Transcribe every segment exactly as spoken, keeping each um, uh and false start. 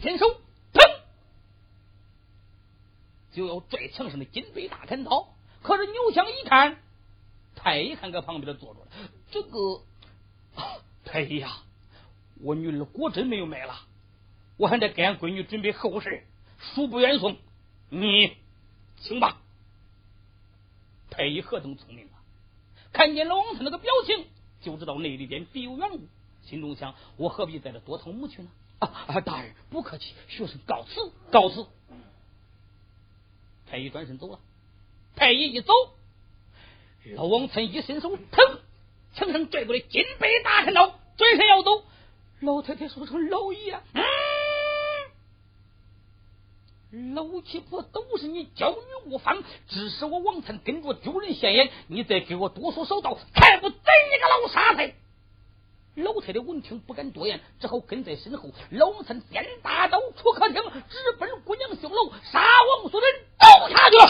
天手腾就要拽墙上的金杯大砍刀，可是牛香一看，太医看搁旁边的坐着了，这个太医呀，我女儿果真没有脉了，我还得给俺闺女准备后事，恕不远送，你请吧。太医何等聪明啊，看见老王他那个表情，就知道那里边必有缘故，心中想，我何必在这多头母去呢？啊啊！大人不客气，学生告辞告辞。太医转身走了。太医一走，老王参一伸手，腾，墙上拽过来金杯大砍刀，转身要走。老太太说成老爷，嗯，老七婆都是你教女无方，只是我王参跟着丢人现眼，你再给我多说少道，才不宰你个老傻子。老太太闻听不敢多言，只好跟在身后。老王参先大刀出客厅，直奔姑娘绣楼，杀王所人斗下去。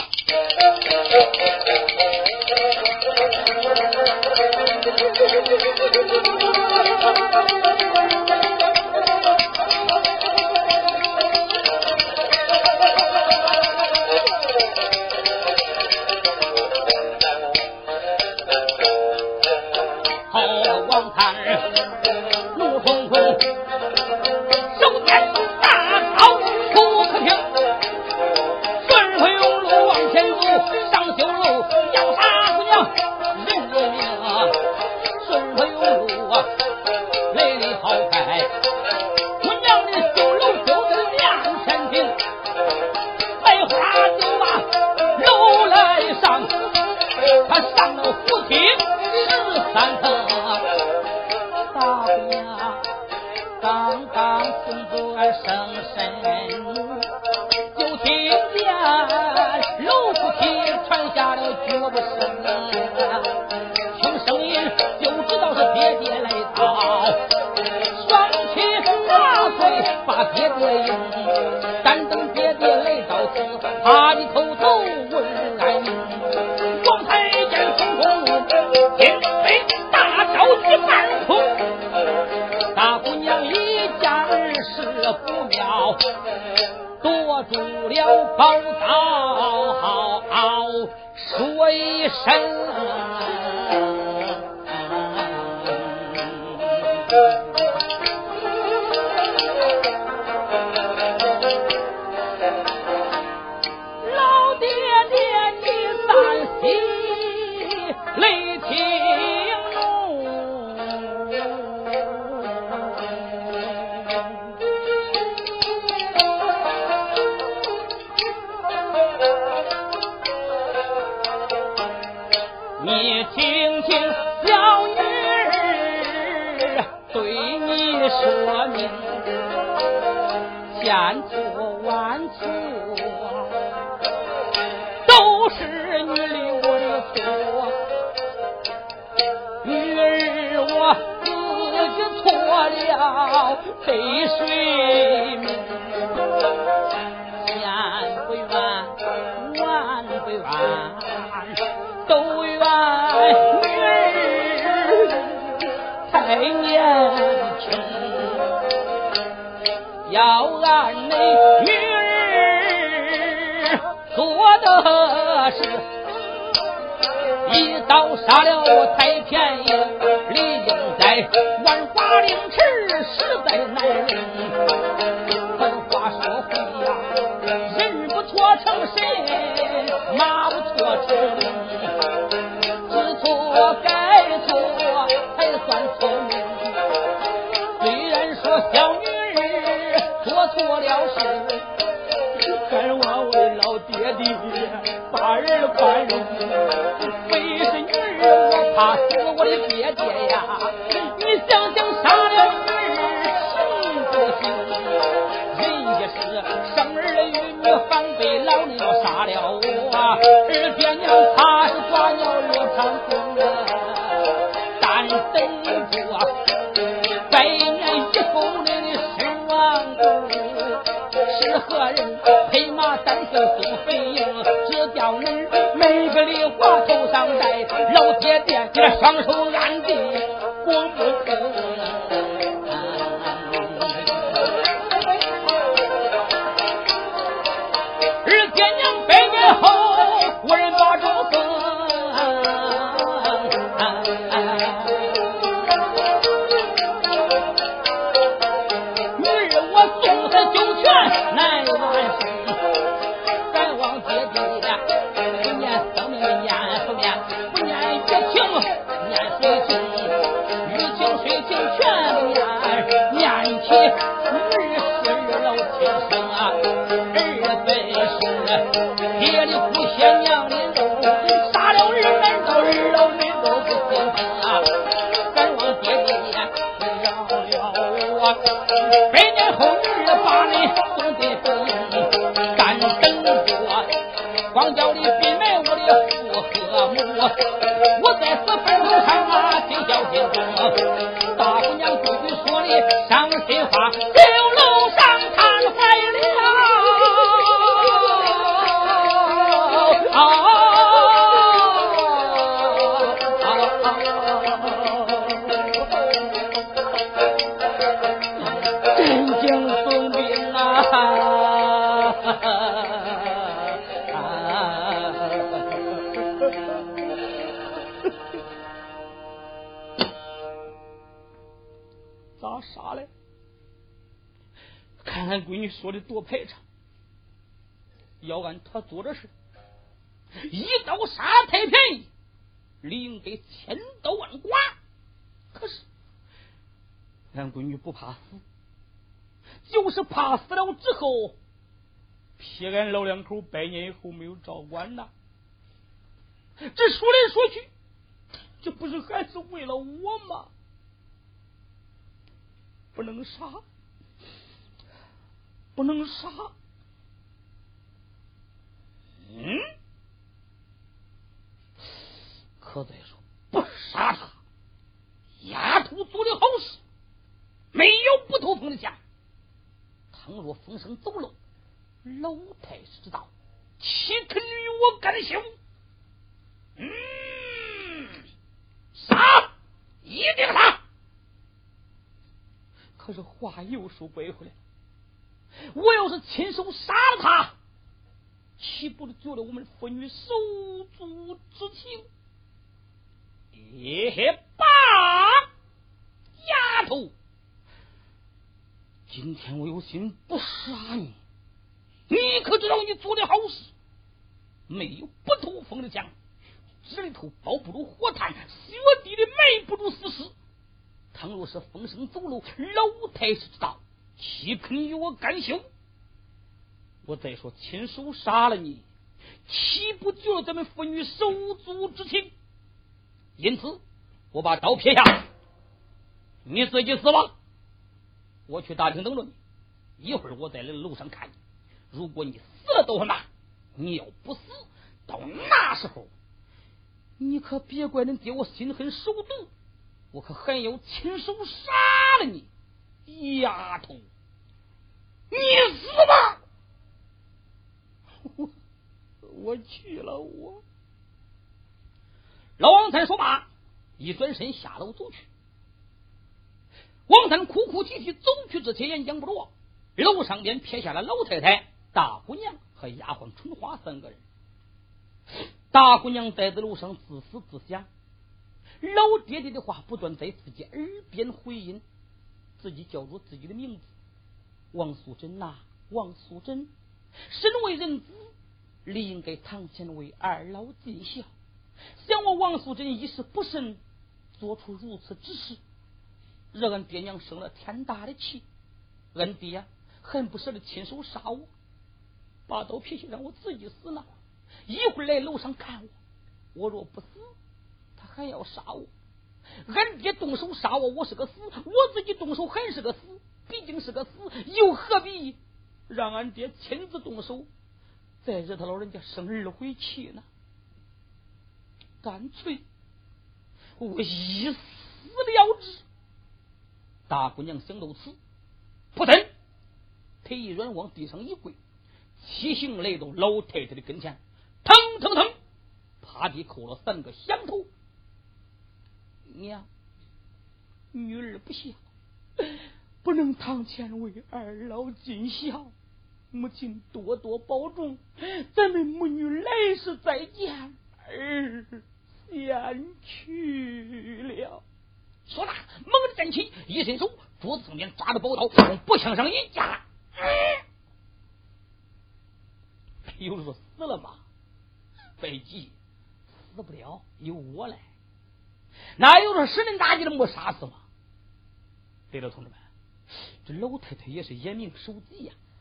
生啊，儿子是铁里不嫌娘的肉，杀了人们都儿老女都不心疼啊，咱望爹爹饶了我，百年后日把你送进坟，干等着光脚里闭埋我的父和母，我在死坟头上啊听小心中，大姑娘规矩说的伤心话，六楼上看坏了啊！真经送兵啊！咋傻嘞？看俺闺女说的多排场，要按她做的事，一刀杀太便宜，理应给千刀万剐。可是俺闺女不怕死，就是怕死了之后撇俺老两口百年以后没有照管呐。这说来说去，这不是还是为了我吗？不能杀，不能杀。嗯，可再说不杀他，丫头做的好事，没有不透风的家。倘若风声走漏，老太师知道，岂肯与我干休？嗯，杀，一定杀。可是话又说归回来，我要是亲手杀了他，岂不是做了我们父女手足之情？也罢，丫头，今天我有心不杀你，你可知道你做的好事？没有不透风的枪，指里头包不住火炭，雪地里埋不住死尸。倘若是风声走漏，老太师知道，岂肯与我干休？我再说亲手杀了你，岂不救了咱们父女手足之情？因此我把刀撇下，你自己死亡。我去大厅等着你，一会儿我再来楼上看你。如果你死了都很难，你要不死，到那时候你可别怪人爹我心狠手毒，我可还要亲手杀了你。丫头，你死吧！我我去了。我老王三说罢，一转身下楼走去。王三哭哭啼啼走去之前言讲不着，楼上边撇下了老太太、大姑娘和丫鬟春花三个人。大姑娘在这楼上自思自想，老爹爹的话不断在自己耳边回音，自己叫着自己的名字：王素贞呐、啊，王素贞，身为人子，理应该堂前为二老尽孝。想我王素贞一时不慎，做出如此之事，惹俺爹娘生了天大的气。俺爹呀，恨不舍得亲手杀我，把刀撇下让我自己死了。一会儿来楼上看我，我若不死，他还要杀我。俺爹动手杀我，我是个死；我自己动手还是个死，毕竟是个死，又何必让俺爹亲自动手，再惹他老人家生儿回气呢？干脆我一死了之。大姑娘想到此，扑腾腿一软往地上一跪，骑行来到老太太的跟前，腾腾腾趴地扣了三个响头。娘，女儿不孝，不能堂前为二老尽孝，母亲多多保重，咱们母女来世再见。儿先去了。说罢猛地站起，一伸手桌子上面抓着宝刀，往脖枪上一架。有人说死了吗？别急，死不了，由我来。哪有说十人大吉的没杀死吗？对了，同志们，这老太太也是严明守己呀、啊。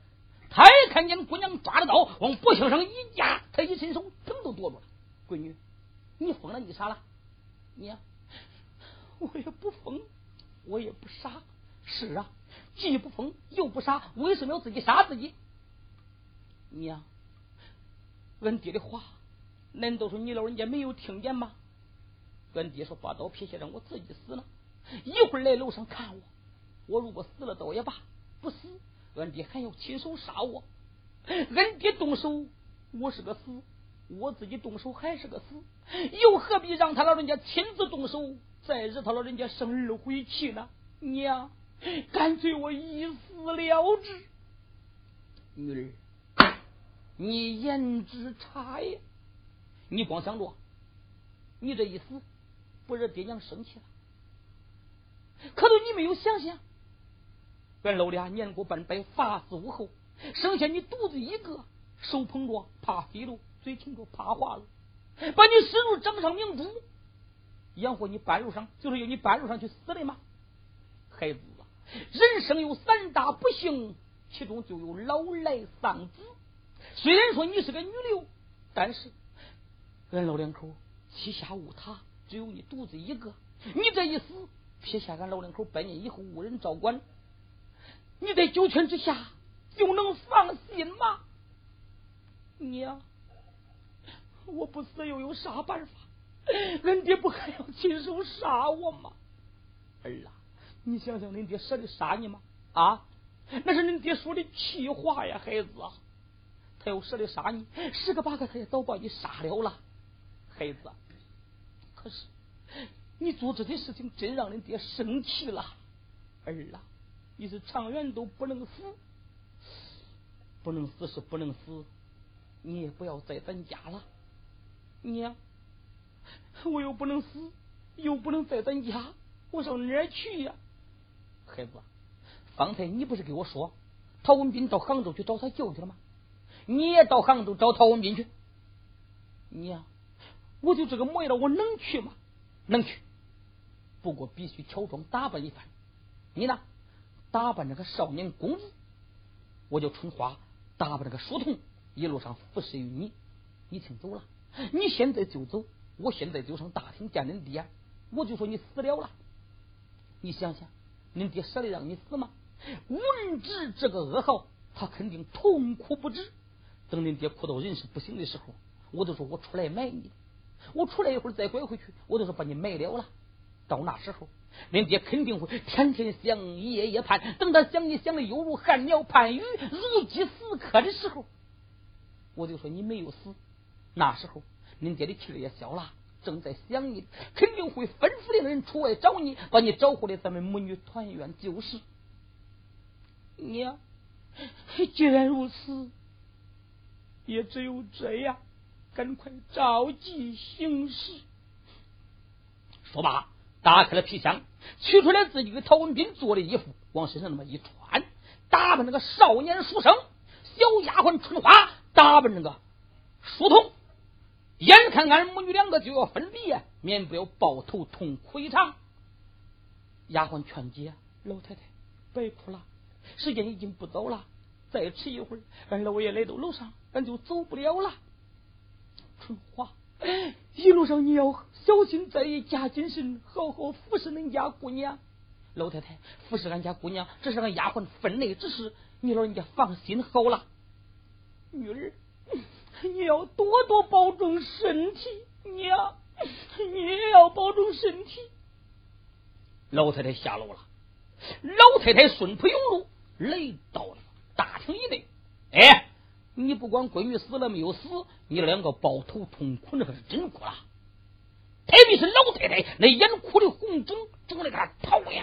他一看见姑娘抓着刀往脖颈上一夹，他一伸手腾都躲住了。闺女，你疯了，你傻了？你呀、啊，我也不疯，我也不傻。是啊，既不疯又不傻，为什么要自己杀自己？你呀、啊，俺爹的话难道说你老人家没有听见吗？俺爹说把刀撇下让我自己死了，一会儿来楼上看我，我如果死了倒也罢，不死俺爹还要亲手杀我。俺爹动手我是个死，我自己动手还是个死，又何必让他老人家亲自动手，再惹他老人家生二回气呢？娘，干脆我一死了之。女儿，你言之差呀！你光想着你这一死不惹爹娘生气了，可都你没有想想，俺老俩年过半百，发死无后，剩下你独自一个，手捧着怕飞了，嘴听着怕化了，把你视入掌上明珠，养活你半路上就是要你半路上去死的吗？孩子啊，人生有三大不幸，其中就有老来丧子。虽然说你是个女流，但是俺老两口膝下无他，只有你独自一个，你这一死撇下俺老两口百年以后无人照管，你在九泉之下就能放心吗？你呀、啊，我不死又有啥办法？俺爹不还要亲手杀我吗？儿啊，你想想，恁爹舍得杀你吗？啊，那是恁爹说的气话呀，孩子啊！他要舍得杀你，十个八个他也早把你杀了了，孩子。可是你做这些事情真让人爹生气了，儿啊，你是长远都不能死，不能死是不能死，你也不要在咱家了。你呀、啊，我又不能死，又不能在咱家，我上哪儿去呀？孩子，方才你不是给我说陶文斌到杭州去找他舅去了吗？你也到杭州找陶文斌去。你呀、啊，我就这个模样了，我能去吗？能去，不过必须乔装打扮一番。你呢，打扮这个少年公子，我叫春花打扮这个书童，一路上服侍于你。你请走了，你现在就走，我现在就上大厅见恁爹，我就说你死了了。你想想，恁爹舍得让你死吗？闻知这个噩耗，他肯定痛苦不止。等恁爹哭到人事不行的时候，我就说我出来埋你，我出来一会儿再拐回去，我就说把你埋了了。到那时候，恁爹肯定会天天想，夜夜盼，等他想你想的犹如寒鸟盼雨，如饥似渴的时候，我就说你没有死。那时候恁爹的气也消了，正在想你，肯定会吩咐令人出外找你，把你找回来，咱们母女团圆就是。你呀、啊，既然如此，也只有这样，赶快着急行事。说罢，打开了皮箱，取出来自己给陶文斌做的衣服，往身上那么一穿，打扮那个少年书生，小丫鬟春花打扮那个书童。眼看俺母女两个就要分别，免不要抱头痛哭一场。丫鬟劝解：老太太别哭了，时间已经不早了，再迟一会儿俺老爷来到楼上，俺就走不了了。春花，一路上你要小心在意，加谨慎，好好服侍恁家姑娘。老太太，服侍俺家姑娘这是俺丫鬟分内之事，你老人家放心好了。女儿，你要多多保重身体，你呀，你也要保重身体。老太太下楼了，老太太顺坡涌路来到了大厅以内。哎，你不管闺女死了没有死，你两个抱头痛哭，那可是真哭了。特别是老太太那眼哭的红肿，肿的跟她头一样。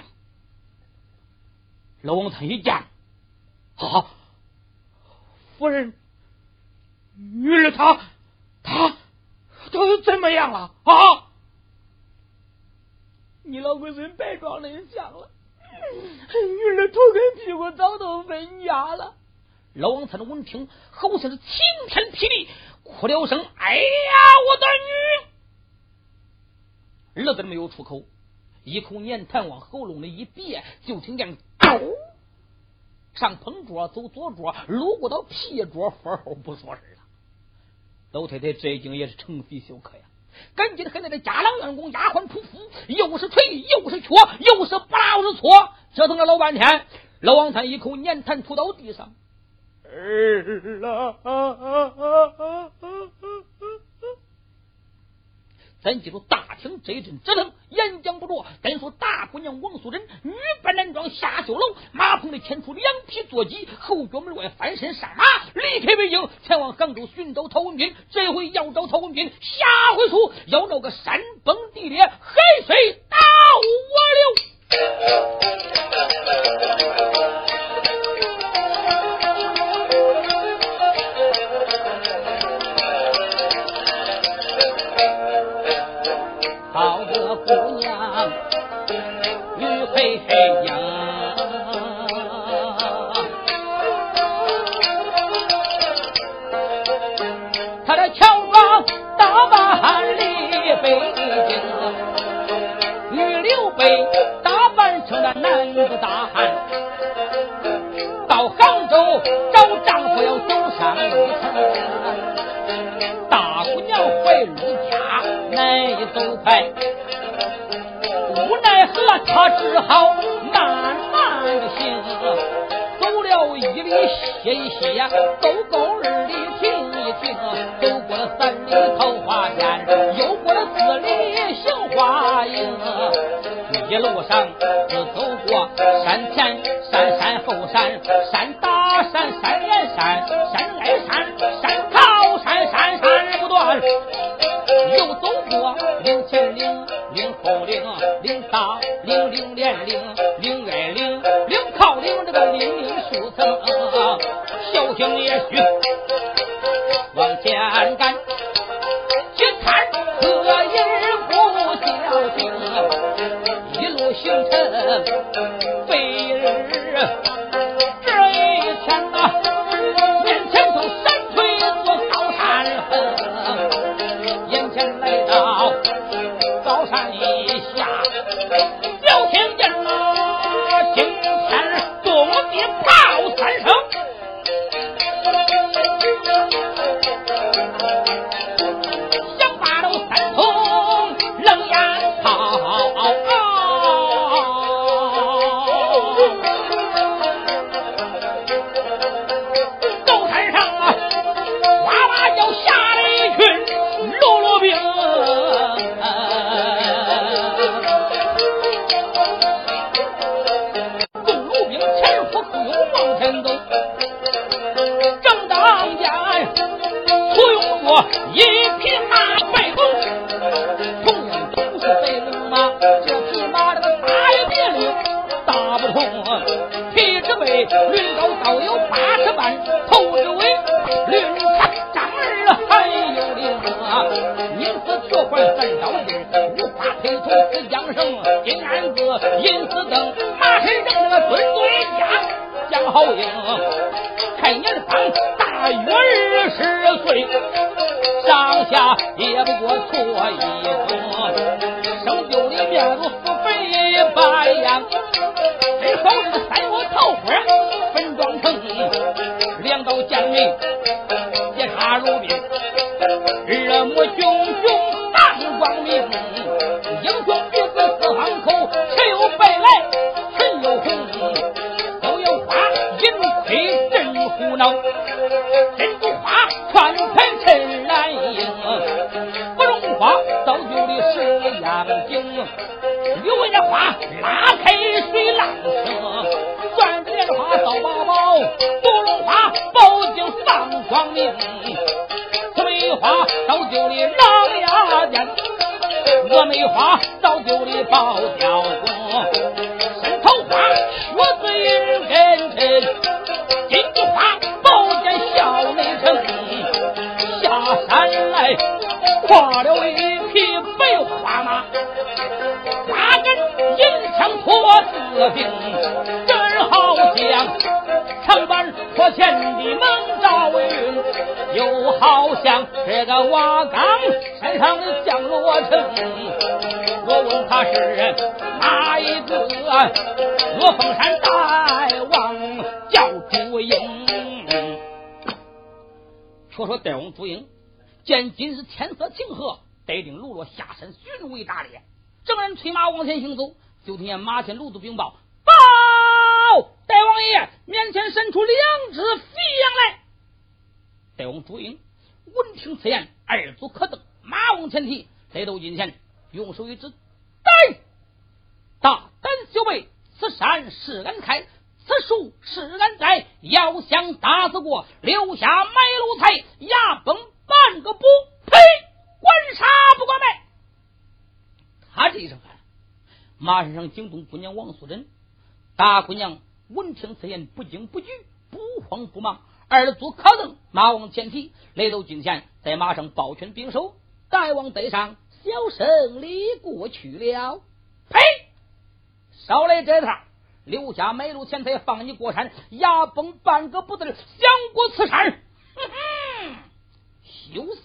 老王他一见，啊，夫人，女儿她她她又怎么样了啊？你老龟孙白装人像了，女儿头跟屁股早都分家了。老王才能闻听，好像是晴天霹雳，哭了声：“哎呀，我的女！”儿子没有出口，一口粘痰往喉咙里一憋，就听见“狗”， 上棚桌走左桌，路过到屁桌佛后不说事了。老太太这一经也是承皮休克呀，赶紧和那个家郎员工丫鬟仆妇，又是捶又是戳，又是不拉又是搓，折腾了老半天。老王三一口粘痰吐到地上，儿啊！咱记住，大厅这一阵折腾，演讲不着。单说大姑娘王素贞女扮男装下绣楼，马棚里牵出两匹坐骑，后脚门外翻身上马，离开北京，前往杭州寻找曹文斌。这回要找曹文斌，下回书要找个山崩地裂，海水倒我流。好个姑娘女配黑呀，她的乔装打扮离北京，与刘备打扮成了男子大汉，到杭州找丈夫要走上一程，大姑娘怀入家难以走快，无奈何他只好慢慢的行，走了一里歇一歇，走够二里停一停，走过了三里桃花源，又过了四里杏花营，一路上只走过山前山山后山，山大山山连山，山挨山，山靠山，山山不断，又走过岭前岭，岭后岭，岭大岭，岭连岭，岭挨岭，岭靠岭，这个岭岭树层，小径也许往前赶，去看客人不消停，一路行程飞日，这一天呐，面前头山推座高山横，眼前来到高山以下，就听见了惊天动地炮三声，响罢了三通冷烟炮，高山上啊哇哇叫下了一群喽啰兵，众鲁兵前呼后拥往前走，正当间簇拥过一匹马白头，同样都是白龙马，这匹马这个大也别扭大不同，蹄之背驴高高有八尺半，头之尾驴长张儿还有灵，宁死却还三刀印，五花配头是缰绳，金鞍子银丝灯，马身上那个尊对家江好英，开年方大约二十岁，上下也不过错一宗，生就里面如福肥白羊，身后这个三窝桃花分装成，两道剑眉结插如冰，日暮熊熊当光明，英雄鼻子四方口，谁有白来谁有红，都有花银盔真胡闹，珍珠花穿排衬蓝英，芙蓉花造就的是阳景，柳叶花拉开水浪声，钻着莲花造宝宝，芙蓉花宝镜放光明，紫梅花造就的狼牙剑，峨眉花造就的宝雕弓，山头花血子银根针，金珠花宝剑笑内城，下山来跨了一匹白花马，八根银枪托四柄，真好像长坂坡前的孟兆云，又好像这个瓦岗山上的降落城。我问他是哪一个？我凤山大王叫说说戴王朱英，见今日天色晴和，带领喽啰下山巡围打猎，正人催马往前行走，就听见马前卢都禀报：报，戴王爷面前伸出两只飞羊来。戴王朱英闻听此言，二足可蹬，马往前提，来到近前，用手一指：呆，大胆小辈，此山是俺开，此树是俺栽，要想打死过，留下买路财，牙崩半个补。呸！管杀不管卖。他这一声喊，马身上惊动姑娘王素贞。大姑娘闻听此言，不惊不惧，不慌不忙，二足可蹬，马往前提，来到近前，在马上抱拳并手，大王带上，小生离过去了。呸！少来这套，留下买路钱财，放你过山，牙崩半个不得了，想过此山，哼哼，休想！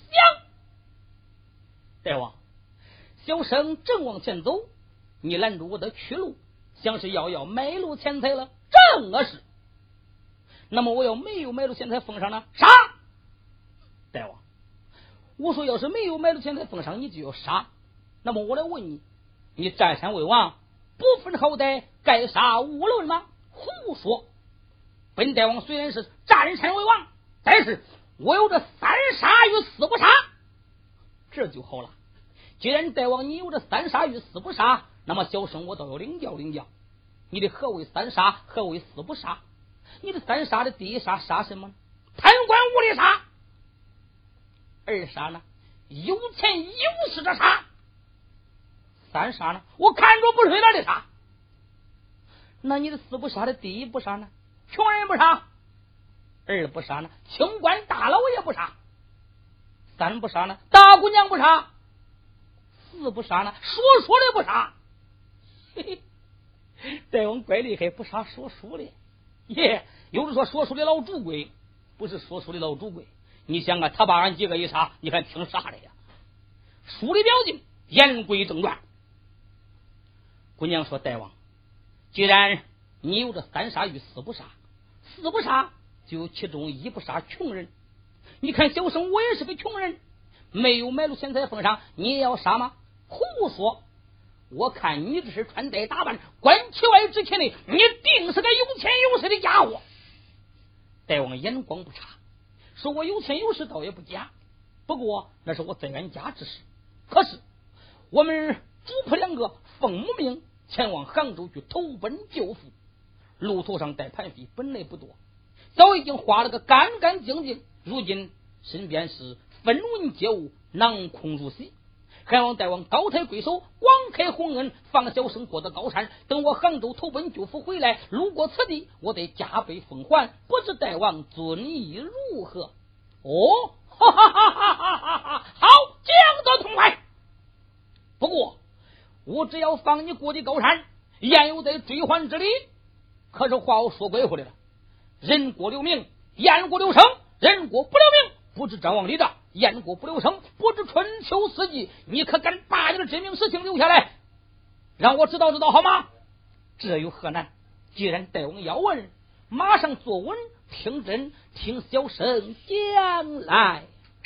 大王，小生正往前走，你拦住我的去路，像是要要买路钱财了，正合适。那么我要没有买路钱财奉上呢？杀！大王，我说要是没有买路钱财奉上，你就要杀。那么我来问你，你占山为王，不分好歹，该杀无论吗？胡说！本大王虽然是占山为王，但是我有这三杀与四不杀，这就好了。既然大王你有这三杀与四不杀，那么小生我倒要领教领教，你的何为三杀，何为四不杀？你的三杀的第一杀杀什么呢？贪官污吏杀。二杀呢？有钱有势的杀。三杀呢？我看着不顺眼的杀。那你的四不杀的第一不杀呢？穷人不杀。二不杀呢？清官大老爷不杀。三不杀呢？大姑娘不杀。四不杀呢？说书的不杀。嘿嘿，大王怪厉害，不杀说书的。耶，有的说说书的老主鬼，不是说书的老主鬼。你想啊，他把俺几个一杀，你看挺傻的呀。书里表敬，言归正传。姑娘说：大王，既然你有这三杀与四不杀，四不杀就有其中一不杀穷人。你看小生我也是个穷人，没有买路钱财奉上，你也要杀吗？胡说！我看你这是穿戴打扮，观其外之其内，你定是个有钱有势的家伙。大王眼光不差，说我有钱有势倒也不假，不过那是我在俺家之事。可是我们主仆两个奉母命前往杭州去投奔舅父，路途上带盘费本来不多，早已经花了个干干净净，如今身边是分文皆无，囊空如洗。还望大王高抬贵手，广开宏恩，放小生过得高山。等我杭州投奔舅父回来，路过此地，我得加倍奉还，不知大王尊意如何？哦，哈哈哈哈哈哈哈！好，讲得痛快。不过我只要放你过的高山，焉有得追还之理？可是话我说归回来了，人过留名，雁过留声，人过不留名，不知张王李赵，雁过不留声，不知春秋四季。你可敢把你的真名实姓留下来，让我知道知道好吗？这有何难？既然大王要问，马上坐稳，听真，听小生讲来。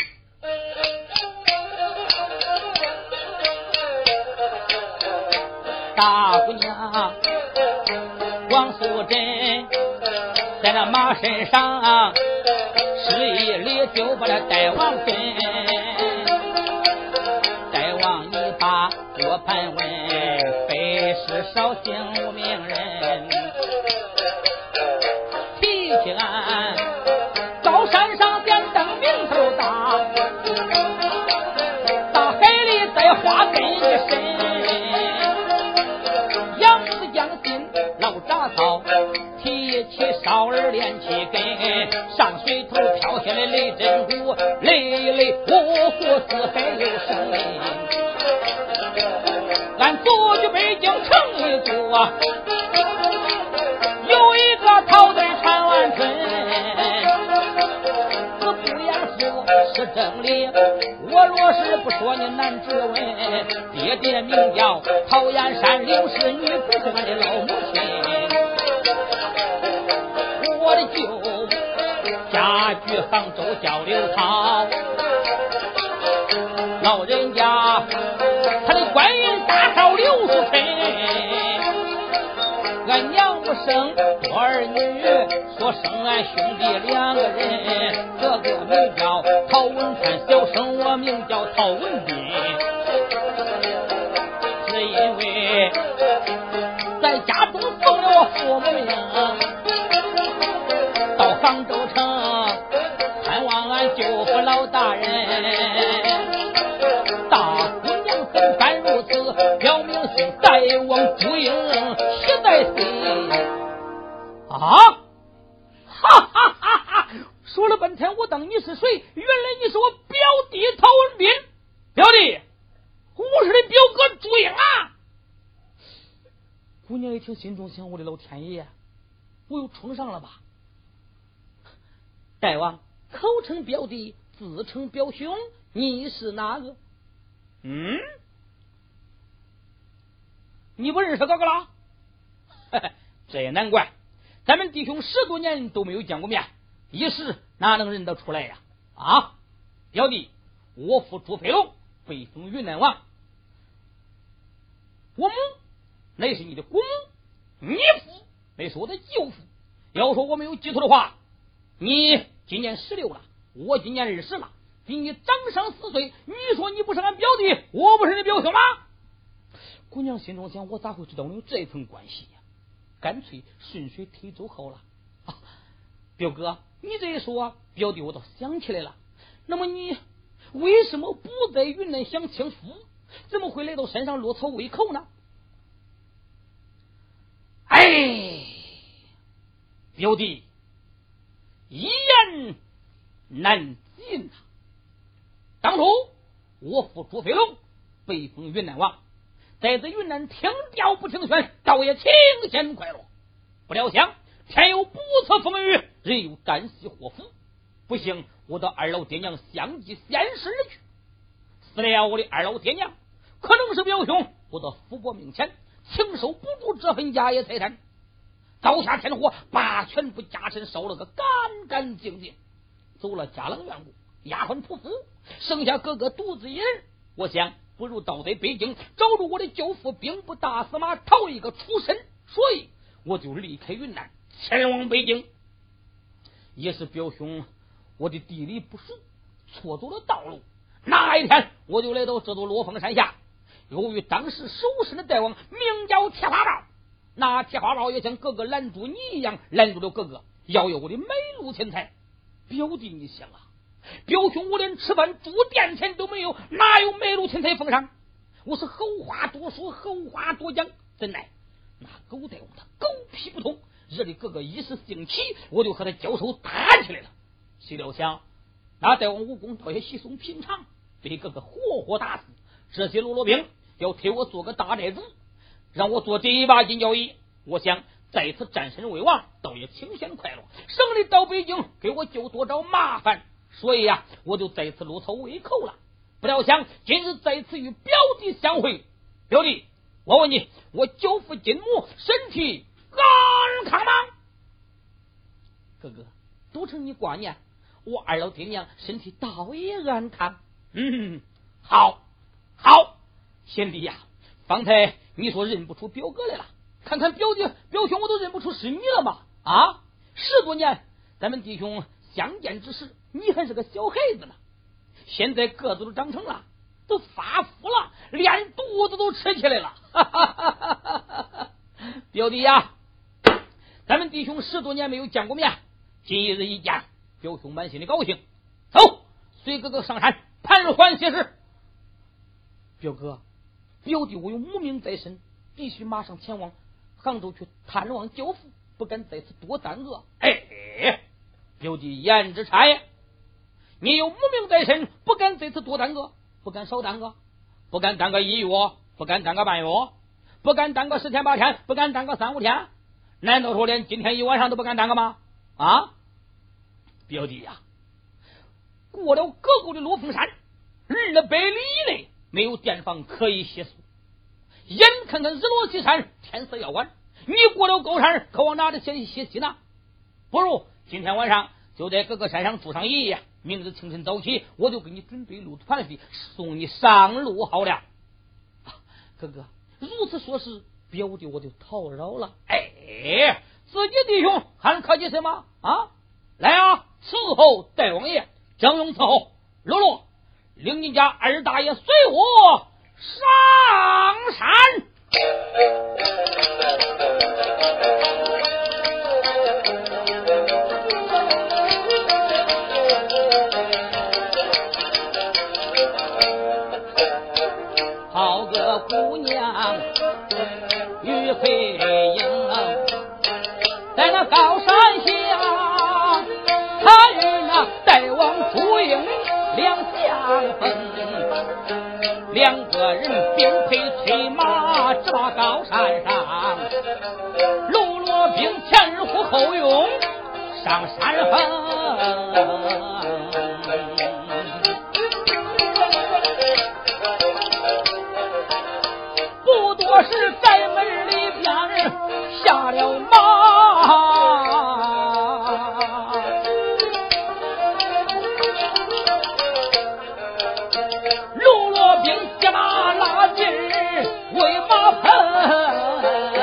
大姑娘王素贞在那马身上施一礼，就把他带往跟。带往你把我盘问，非是少姓无名人。提起俺高山上点灯名头大，大海里再花根一身。老杂草提起少儿练起根，上水头飘下来雷震鼓，雷雷呼呼四海有声音。俺祖去北京城一族啊，有一个陶堆传万春，我不言说是真理，我若是不说你难质问。爹爹名叫陶岩山刘氏女，不是俺的老母亲。我的舅家大举杭州叫刘涛，老人家他的官人大少刘书臣，俺娘不生多儿女，说生俺兄弟两个人，哥哥名叫陶文川，小生我名叫陶文斌，是因为在家中奉了我父母命，到杭州城看望俺舅父老大人，大姑娘怎敢如此，表明心大王朱英实在是啊！哈哈哈哈！说了半天，我当你是谁？原来你是我表弟陶文斌。表弟，我是你表哥朱英啊！姑娘一听，心中想：我的老天爷，我又冲上了吧？大王口称表弟，自称表兄，你是哪个？嗯，你不认识哥哥了？这也难怪，咱们弟兄十多年都没有见过面，一时哪能认得出来呀？啊，表弟，我父朱飞龙被封云南王，我母那是你的姑母，你父那是我的舅父。要说我没有记错的话，你今年十六了，我今年二十了，比你长上四岁。你说你不是俺表弟，我不是你表兄吗？姑娘心中想：我咋会知道你有这层关系呀？干脆顺水推舟好了。啊，表哥，你这一说，表弟我倒想起来了。那么你为什么不在云南享清福，怎么会来到山上落草为寇呢？哎，表弟一言难尽啊！当初我父朱飞龙被封云南王，在这云南听调不听劝，倒也清闲快乐。不料想天有不测风雨，人有旦夕祸福，不幸我的二老爹娘相继现世而去。死了我的二老爹娘，可能是表兄我的福薄命浅，承受不住这份家业财产，遭下天火，把全部家产烧了个干干净净，走了家郎怨故，丫鬟仆妇，剩下哥哥独自一人。我想不如倒在北京，找住我的舅父兵部大司马讨一个出身，所以我就离开云南前往北京。也是表兄我的地理不熟，错走了道路，那一天我就来到这座罗峰山下。由于当时守身的大王名叫铁花豹，那铁花豹也像哥哥拦住你一样拦住了哥哥，要有我的美禄钱财。表弟你想啊，表兄我连吃饭住店钱都没有，哪有美禄钱财奉上？我是后话多说，后话多讲，怎奈那狗大王他狗屁不通，惹得哥哥一时兴起，我就和他交手打起来了。谁料想那大王武功倒也稀松平常，被哥哥活活打死。这些喽啰兵要推我做个大寨主，让我做第一把金交椅。我想再次战身为王，倒也清闲快乐，省得到北京给我就多找麻烦。所以呀、啊，我就再次落草为寇了。不料想今日再次与表弟相会。表弟，我问你，我舅父金母身体安康吗？哥哥，都成你挂念，我二老爹娘身体倒也安康。嗯，好好，贤弟呀，方才你说认不出表哥来了，看看表弟表兄我都认不出是你了吗？啊，十多年咱们弟兄相见之时，你还是个小孩子呢，现在个子都长成了，都发福了，连肚子都吃起来了。哈哈哈哈哈！表弟呀，咱们弟兄十多年没有见过面，今日一见，表兄满心的高兴。走，随哥哥上山盘桓些事。表哥，表弟我有母命在身，必须马上前往杭州去探望舅父，不敢在此多耽搁。哎，表弟言之差呀，你有母命在身，不敢在此多耽搁，不敢少耽搁，不敢耽搁一月，不敢耽搁半月，不敢耽搁十天八天，不敢耽搁三五天，难道说连今天一晚上都不敢耽搁吗？啊，表弟呀，过了各国的罗峰山，二百里以内没有店房可以歇宿，眼看看日落西山，天色要晚，你过了高山可往哪里歇歇息呢？不如今天晚上就在各个山上住上一夜，明日清晨早起，我就给你准备路途盘费，送你上路好了。啊、哥哥如此说时，表弟我就讨扰了。哎，自己弟兄还客气什么啊？来啊，伺候大王爷，张勇伺候罗罗，领你家二大爷随我上山。好个姑娘玉佩英，在那高山下，他与那大王朱英两相逢，两个人并配催马直把高山上，喽啰兵前呼后拥上山峰。不多时，在门里边下了马，喽啰兵加马拉劲为马盆，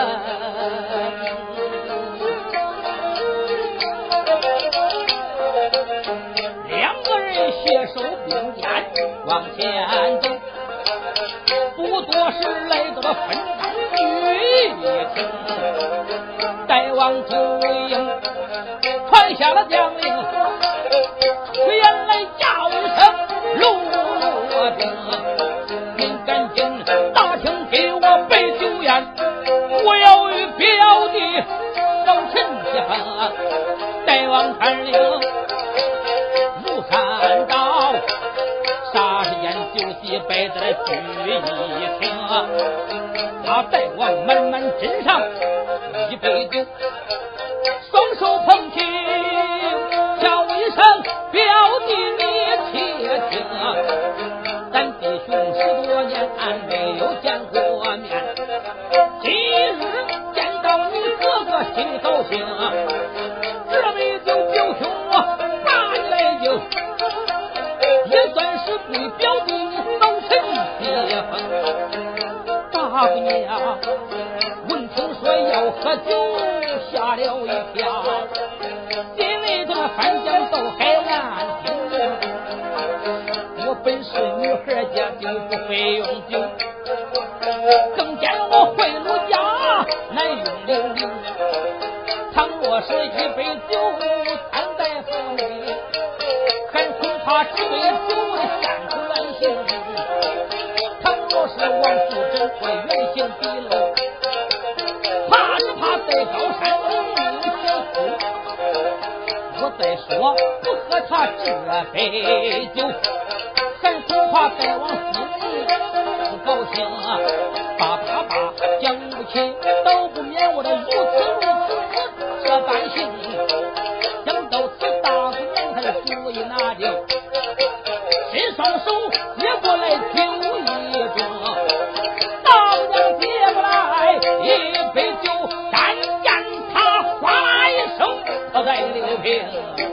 两个人携手并肩往前走。不多时来到了分章聚厅，大王朱英传下了将令，出言来叫一声喽啰兵，您赶紧打听给我备酒宴，我要与表弟守陈家。大王传令如山倒，杀时间酒席摆在了聚义厅，他大王慢慢斟上一杯酒，双手捧起叫一声表弟你且听，咱弟兄十多年没有见过面，今日见到你哥哥心高兴，这杯酒表兄我拿你来酒，也算是对表弟你守陈结婚。大姑娘闻听说要喝酒，吓了一跳，心里这翻江倒海难听。我本是女孩家，就不会用酒，更见我贿赂家难用灵灵。倘若是一杯酒掺在河里，还恐怕这杯酒陷出原形。倘若是王夫人会原形毕露，怕是怕在高山没有前夫。我再说不喝他这杯酒，还恐怕大王心里不高兴，叭叭叭讲不起，都不免我的如此如此这般性。想到此，大姑娘她的主意拿定，伸双手接过来酒一盅，大姑娘接过来一杯酒，但见她哗啦一声泼在六瓶。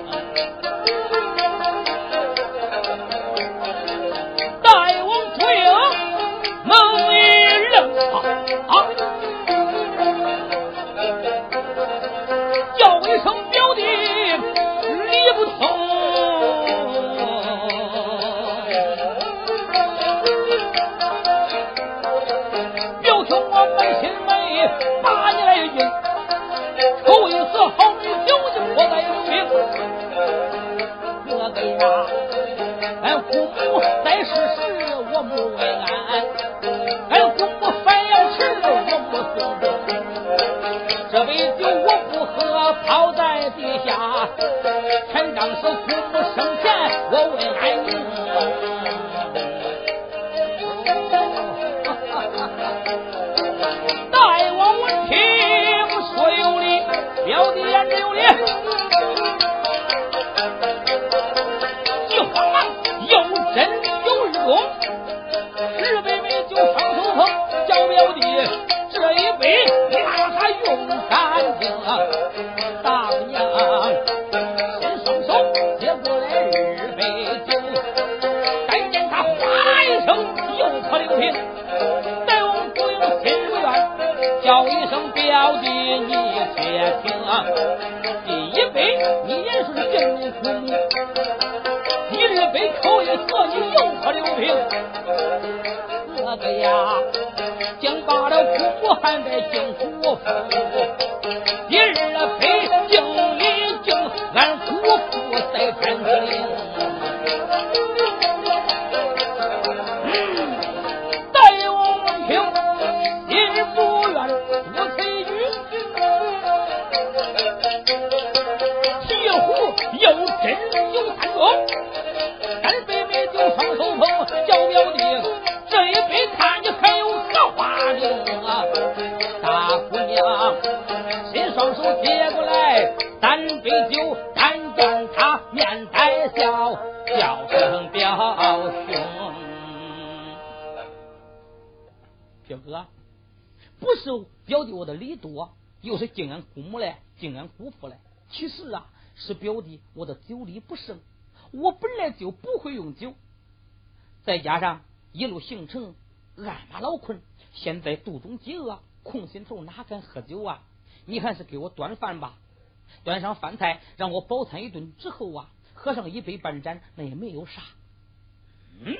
大王朱英猛一愣啊，叫一声表弟理不通。表兄我满心美把你来运，抽一次好美酒就泼在六瓶。哥哥呀，俺父母在世时我母为安，俺父母反要吃了我母送终，这杯酒我不喝抛在地下，全当是父母生前我为俺饮。大王闻听说有理，表弟言有理，一慌忙又真有日功，十杯美酒双手捧，叫表弟这一杯把他用干净。大姑娘伸双手一日杯口也喝你又喝六瓶，这个呀将罢了姑母还在敬姑父，一日杯敬一敬俺姑父在天庭。嗯，大王听心不愿不随允，提壶又斟酒三盅，三杯美酒双手捧，叫表弟这一杯看你还有何花名啊？大姑娘先双手接过来三杯酒，但见他面带笑，叫声表兄。表哥，不是表弟我的礼多，又是敬俺姑母嘞，敬俺姑父嘞。其实啊，是表弟我的酒力不胜，我本来就不会用酒，再加上一路行程鞍马劳困，现在肚中饥饿，空心头哪敢喝酒啊？你还是给我端饭吧，端上饭菜让我饱餐一顿之后啊，喝上一杯半盏，那也没有啥。嗯，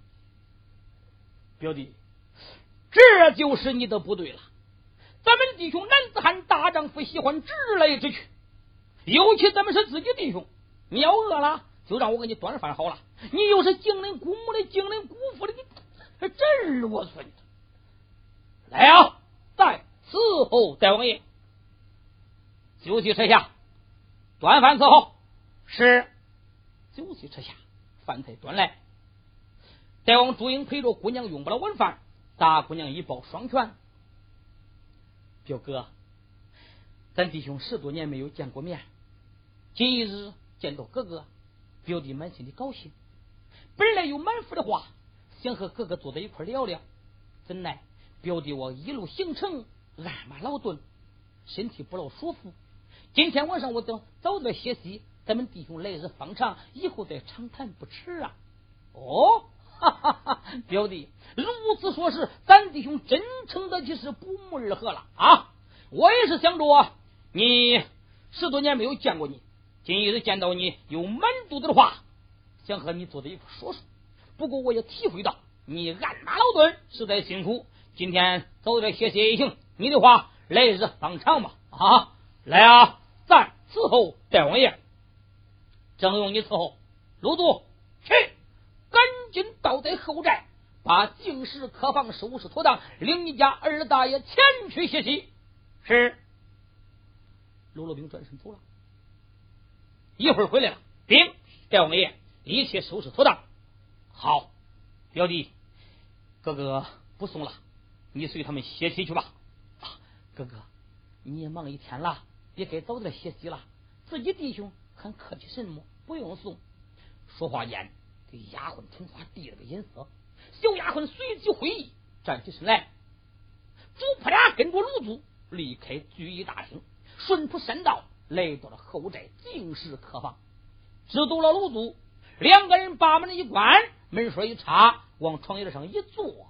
表弟，这就是你的不对了。咱们弟兄男子汉大丈夫喜欢直来直去，尤其咱们是自己弟兄，你要饿了就让我给你端饭好了，你又是敬人姑母的敬人姑父的，你真啰嗦你的。来啊，在伺候大王爷，酒席撤下，端饭伺候。是。酒席撤下，饭菜端来。大王朱英陪着姑娘用不了晚饭，大姑娘一抱双拳，表哥，咱弟兄十多年没有见过面，今一日见到哥哥，表弟满心的高兴，本来有满腹的话想和哥哥坐在一块聊聊，怎奈表弟我一路行程鞍马劳顿，身体不老舒服，今天晚上我等早点歇息，咱们弟兄来日方长，以后再长谈不迟啊。哦，哈哈哈，表弟如此说是，咱弟兄真称得起是不谋而合了啊！我也是想着你十多年没有见过你，今日见到你有满肚子的话想和你坐在一块说说，不过我也体会到你鞍马劳顿实在辛苦，今天早点歇歇也行，你的话来日方长吧。啊，来啊，暂伺候大王爷，正用你伺候。卢祖去，赶紧到在后寨，把净室客房收拾妥当，领你家二大爷前去歇息。是。卢罗兵转身走了，一会儿回来了，禀大王爷，一切收拾妥当。好，表弟，哥哥不送了，你随他们歇息去吧。啊，哥哥，你也忙一天了，也该早点歇息了，自己弟兄还客气什么，不用送。说话间，给丫鬟春花递了个眼色，小丫鬟随即会意，站起身来，主仆俩跟着卢祖离开聚义大厅，顺铺山道来到了后寨净室客房，知道了卢祖，两个人把门一关，门栓一插，往床沿上一坐。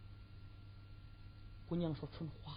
姑娘说：“春花，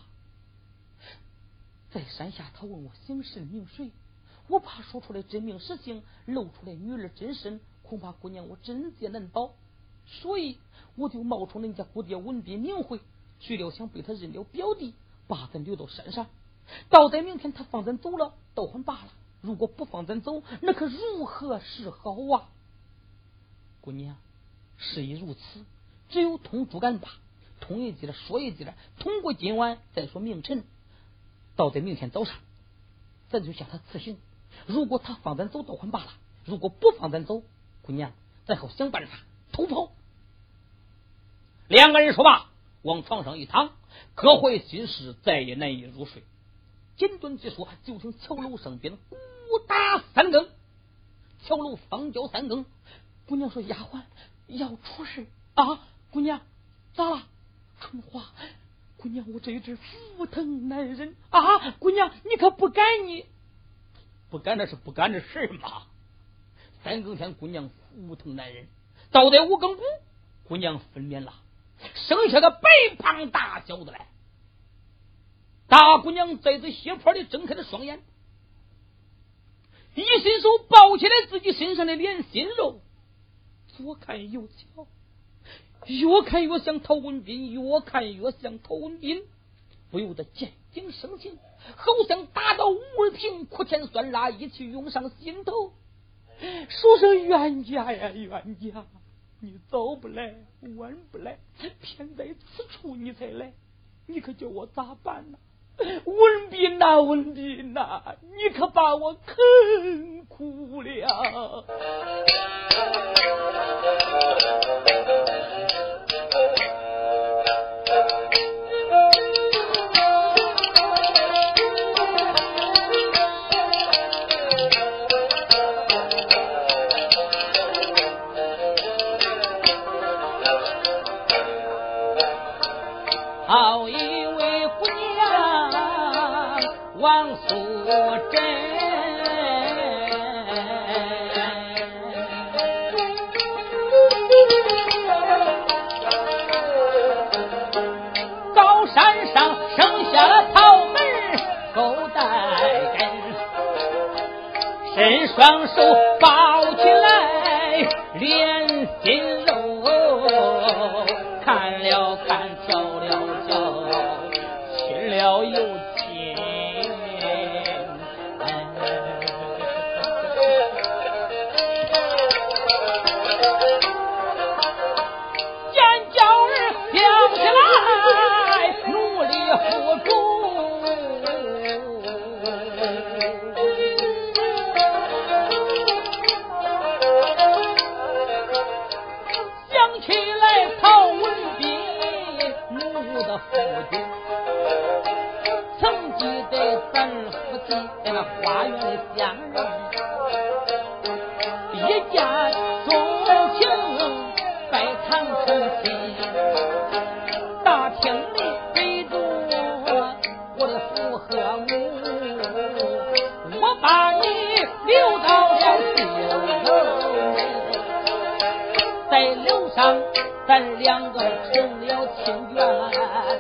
在山下他问我姓甚名谁，我怕说出来真名实姓，露出来女儿真身，恐怕姑娘我贞洁难保，所以我就冒充人家姑爹文笔名讳，去了想被他认了表弟，把咱留到山上，到在明天他放咱走了倒还罢了，如果不放咱走，那可如何是好啊？姑娘，事已如此，只有通主干吧，通一记了说一记了，通过今晚再说明晨，到在明天早上咱就向他辞行，如果他放咱走倒还罢了，如果不放咱走，姑娘咱好想办法偷跑。两个人说罢，往床上一躺，各怀心事，再也难以入睡。简短结束，就听桥楼上边鼓打三更，桥楼方叫三更。姑娘说：“丫鬟要出事啊！”姑娘咋了？春花，姑娘我这一阵腹疼难忍啊！姑娘你可不敢，你不敢那是不敢的事嘛。三更天姑娘腹疼难忍，到在五更鼓姑娘分娩了，生下个白胖大小子来。大姑娘在这斜坡里睁开了双眼， 一伸手抱起来自己身上的连心肉，左看右瞧，越看越像陶文斌，越看越像陶文斌，不由得见景生情，好像打到五味瓶，苦甜酸辣一起涌上心头，说声冤家呀冤家，你早不来晚不来，偏在此处你才来，你可叫我咋办呢？文斌呐文斌呐，你可把我坑苦了。 好一位姑娘王素贞，高山上生下了桃门后代根，伸双手抱起来连心肉，看了看挑了挑，亲了又亲，尖叫儿跳起来努力扶住，想起来陶文斌怒的父亲，曾记得咱夫妻在那花园里相认，一见钟情拜堂成亲，大厅里围住我的父和母，我把你留到了绣楼，在楼上咱两个成了亲眷，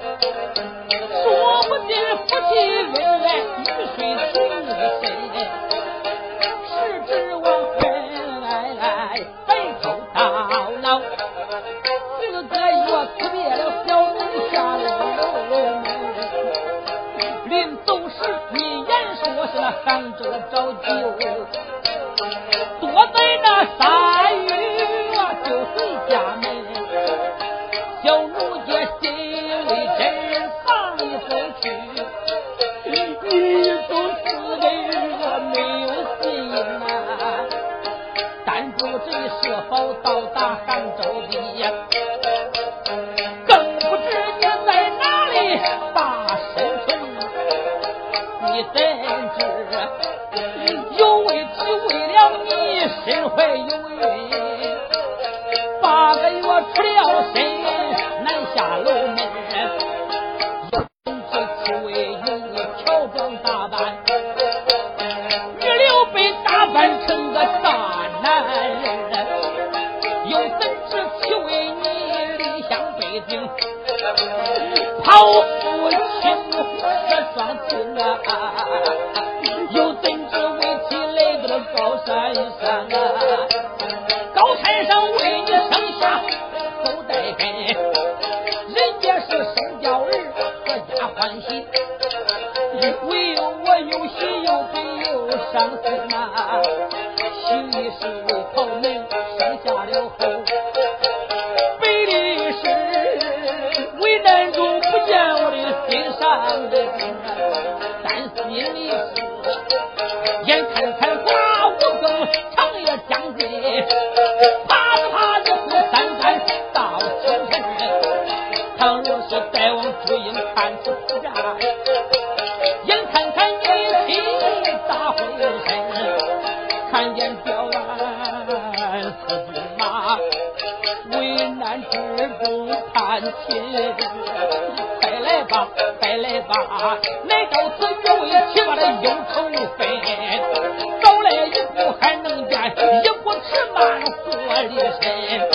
说不定夫妻恩爱鱼水情深，十指往回来来白头到老，四个月辞别了小人下楼门，临走时你言说是那杭州找酒，躲在那沙雨啊就回家门，小奴家心里真丧一走去，你走死的我没有心呐，但不知你是否到达杭州的，更不知你在哪里把身存，你怎知有为只为了你身怀有孕，八个月出了身难下楼门，有这七位有你乔装打扮，你刘备打扮成个大男人，又怎知其为你理想背景抛夫亲这双亲啊，又怎知为其来到了高山上啊，高山上为你生下后代根，人家是生教儿阖家欢喜，唯有我又喜又悲又伤心呐，喜是为曹门生下了后，悲的是为难中不见我的心上人，但心里是眼看看刮五更长夜将近，啪啪一呼三三到清晨，倘若是再往朱营看起不战，眼看看一起打回身，看见彪然四军马，为难之中探亲，快来吧快来吧，来到此就为起码的忧愁分，早来一步还能见，一步迟慢活离身，